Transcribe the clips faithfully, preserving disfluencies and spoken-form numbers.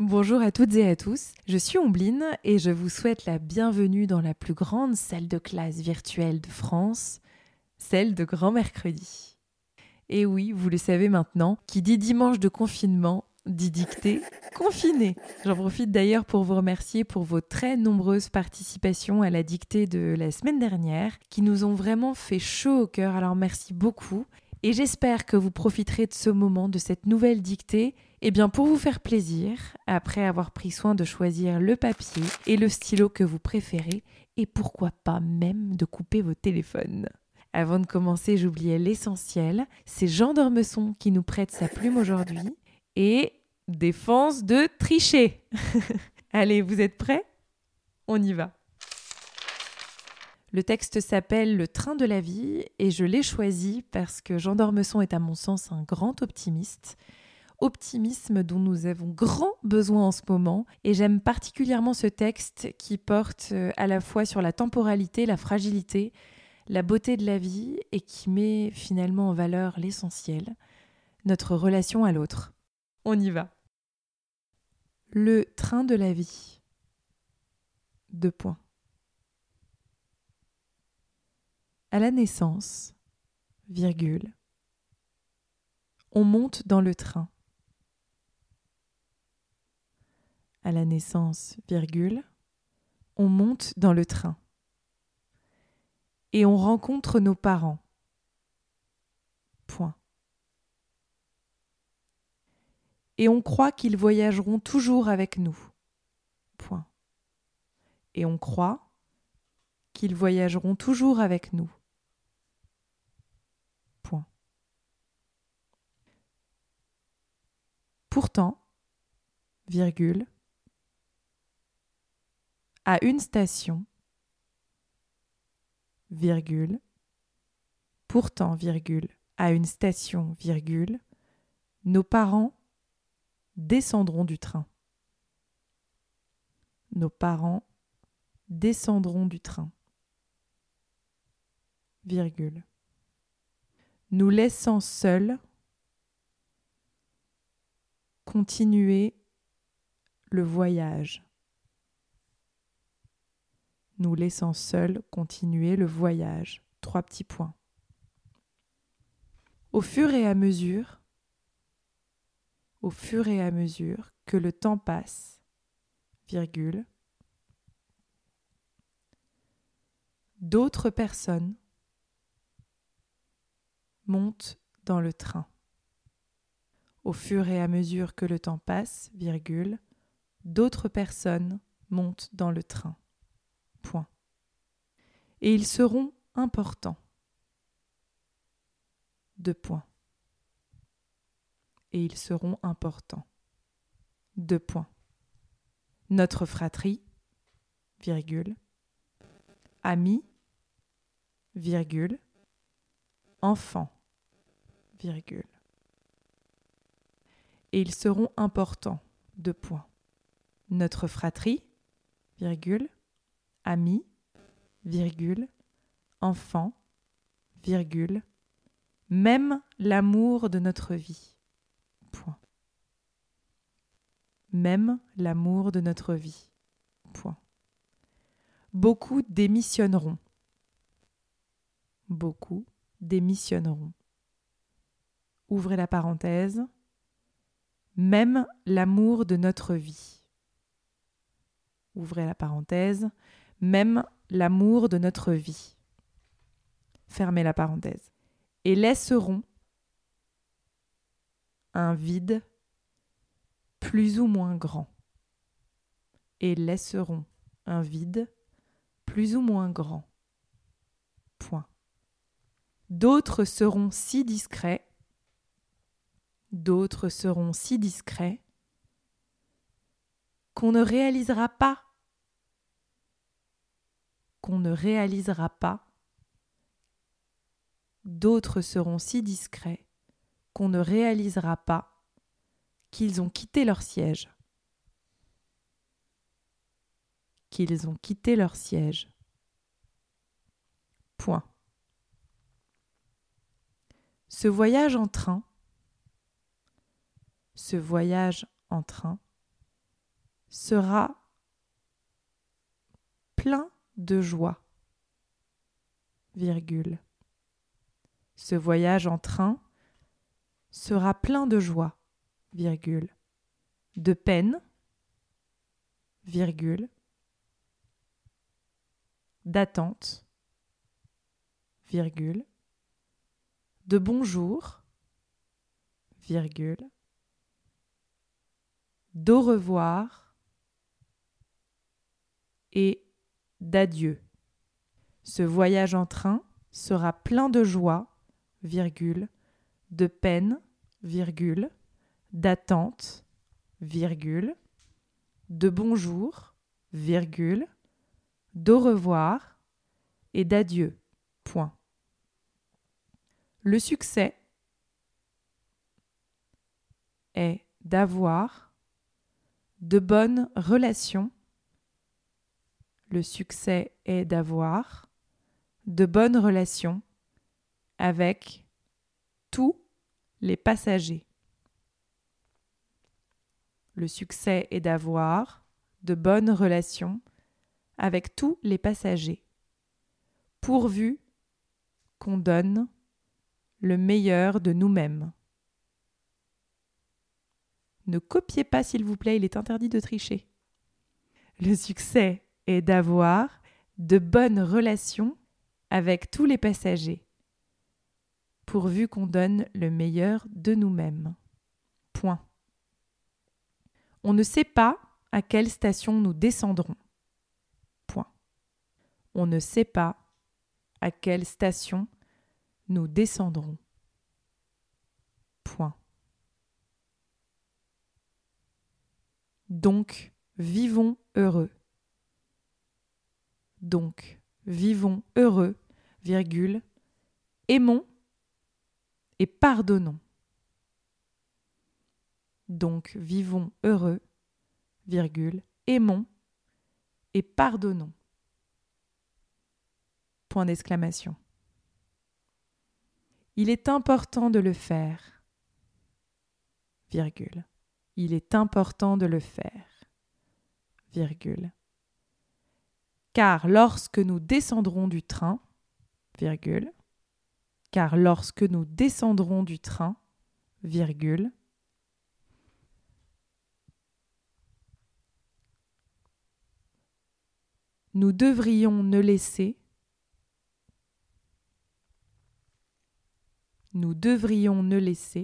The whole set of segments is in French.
Bonjour à toutes et à tous, je suis Ombline et je vous souhaite la bienvenue dans la plus grande salle de classe virtuelle de France, celle de Grand Mercredi. Et oui, vous le savez maintenant, qui dit dimanche de confinement, dit dictée confinée. J'en profite d'ailleurs pour vous remercier pour vos très nombreuses participations à la dictée de la semaine dernière, qui nous ont vraiment fait chaud au cœur, alors merci beaucoup. Et j'espère que vous profiterez de ce moment, de cette nouvelle dictée, eh bien pour vous faire plaisir, après avoir pris soin de choisir le papier et le stylo que vous préférez, et pourquoi pas même de couper vos téléphones. Avant de commencer, j'oubliais l'essentiel, c'est Jean d'Ormesson qui nous prête sa plume aujourd'hui, et défense de tricher. Allez, vous êtes prêts ? On y va. Le texte s'appelle « Le train de la vie » et je l'ai choisi parce que Jean d'Ormesson est à mon sens un grand optimiste. Optimisme dont nous avons grand besoin en ce moment et j'aime particulièrement ce texte qui porte à la fois sur la temporalité, la fragilité, la beauté de la vie et qui met finalement en valeur l'essentiel, notre relation à l'autre. On y va. Le train de la vie. Deux points. À la naissance, virgule, on monte dans le train. À la naissance, virgule, on monte dans le train. Et on rencontre nos parents. Point. Et on croit qu'ils voyageront toujours avec nous. Point. Et on croit qu'ils voyageront toujours avec nous. Point. Pourtant, virgule, à une station, virgule, pourtant, virgule, à une station, virgule, nos parents descendront du train. Nos parents descendront du train, virgule, nous laissant seuls continuer le voyage. Nous laissant seuls continuer le voyage. Trois petits points. Au fur et à mesure, au fur et à mesure que le temps passe, virgule, d'autres personnes montent dans le train. Au fur et à mesure que le temps passe, virgule, d'autres personnes montent dans le train. Point. Et ils seront importants. Deux points. Et ils seront importants. Deux points. Notre fratrie, virgule, amis, virgule, enfants, virgule. Et ils seront importants. Deux points. Notre fratrie, virgule, amis, virgule, enfants, virgule, même l'amour de notre vie. Point. Même l'amour de notre vie. Point. Beaucoup démissionneront. Beaucoup démissionneront. Ouvrez la parenthèse. Même l'amour de notre vie. Ouvrez la parenthèse. Même l'amour de notre vie. Fermez la parenthèse. Et laisseront un vide plus ou moins grand. Et laisseront un vide plus ou moins grand. Point. D'autres seront si discrets, d'autres seront si discrets qu'on ne réalisera pas, qu'on ne réalisera pas, d'autres seront si discrets qu'on ne réalisera pas qu'ils ont quitté leur siège. Qu'ils ont quitté leur siège. Point. Ce voyage en train, ce voyage en train sera plein de joie, virgule. Ce voyage en train sera plein de joie, virgule, de peine, virgule, d'attente, virgule, de bonjour, virgule, d'au revoir et d'adieu. Ce voyage en train sera plein de joie, virgule, de peine, virgule, d'attente, virgule, de bonjour, virgule, d'au revoir et d'adieu. Point. Le succès est d'avoir de bonnes relations. Le succès est d'avoir de bonnes relations avec tous les passagers. Le succès est d'avoir de bonnes relations avec tous les passagers, pourvu qu'on donne le meilleur de nous-mêmes. Ne copiez pas, s'il vous plaît, il est interdit de tricher. Le succès est d'avoir de bonnes relations avec tous les passagers, pourvu qu'on donne le meilleur de nous-mêmes. Point. On ne sait pas à quelle station nous descendrons. Point. On ne sait pas à quelle station nous descendrons. Point. Donc, vivons heureux. Donc, vivons heureux, virgule, aimons et pardonnons. Donc, vivons heureux, virgule, aimons et pardonnons. Point d'exclamation. Il est important de le faire, virgule. Il est important de le faire, virgule. Car lorsque nous descendrons du train, virgule, car lorsque nous descendrons du train, virgule, nous devrions ne laisser, nous devrions ne laisser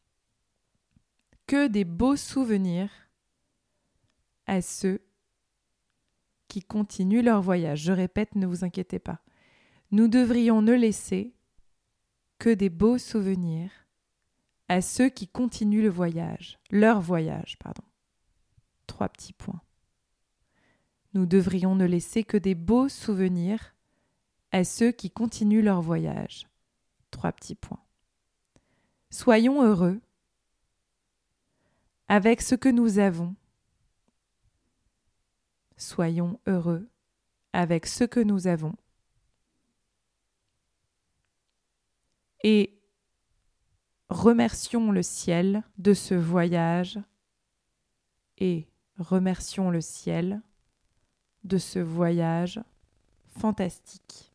que des beaux souvenirs à ceux qui continuent leur voyage. Je répète, ne vous inquiétez pas. Nous devrions ne laisser que des beaux souvenirs à ceux qui continuent le voyage, leur voyage, pardon. Trois petits points. Nous devrions ne laisser que des beaux souvenirs à ceux qui continuent leur voyage. Trois petits points. Soyons heureux avec ce que nous avons. Soyons heureux avec ce que nous avons. Et remercions le ciel de ce voyage et remercions le ciel de ce voyage fantastique.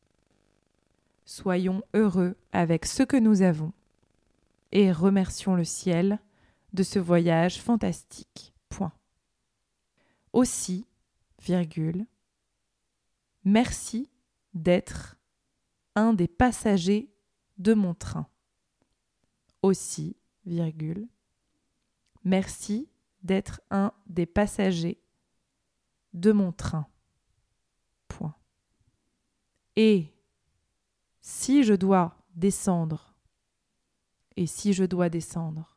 Soyons heureux avec ce que nous avons et remercions le ciel de ce voyage fantastique. Point. Aussi, virgule, merci d'être un des passagers de mon train. Aussi, virgule, merci d'être un des passagers de mon train. Point. Et si je dois descendre, et si je dois descendre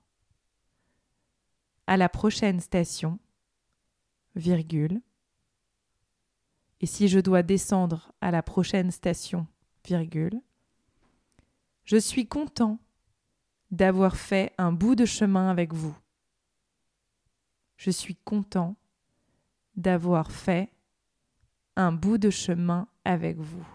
à la prochaine station, virgule, et si je dois descendre à la prochaine station, virgule, je suis content d'avoir fait un bout de chemin avec vous. Je suis content d'avoir fait un bout de chemin avec vous.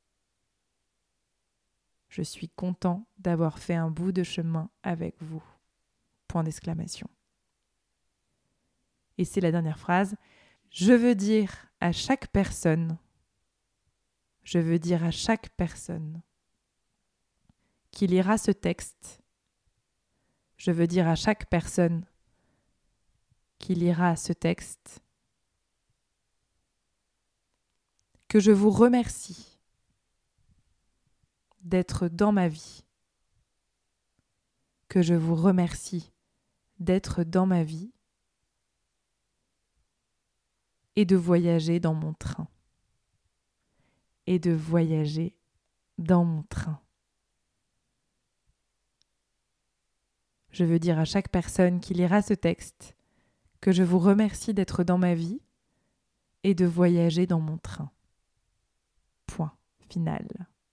Je suis content d'avoir fait un bout de chemin avec vous. Point d'exclamation. Et c'est la dernière phrase. Je veux dire à chaque personne, je veux dire à chaque personne qui lira ce texte. Je veux dire à chaque personne qui lira ce texte que je vous remercie d'être dans ma vie, que je vous remercie d'être dans ma vie et de voyager dans mon train. Et de voyager dans mon train. Je veux dire à chaque personne qui lira ce texte que je vous remercie d'être dans ma vie et de voyager dans mon train. Point final.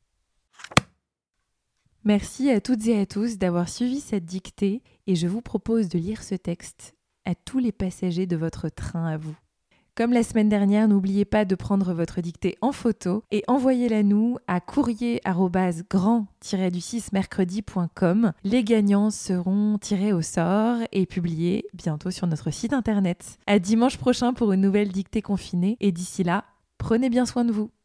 Merci à toutes et à tous d'avoir suivi cette dictée et je vous propose de lire ce texte à tous les passagers de votre train à vous. Comme la semaine dernière, n'oubliez pas de prendre votre dictée en photo et envoyez-la nous à courrier arobase grand tiret du six mercredi point com. Les gagnants seront tirés au sort et publiés bientôt sur notre site internet. À dimanche prochain pour une nouvelle dictée confinée et d'ici là, prenez bien soin de vous.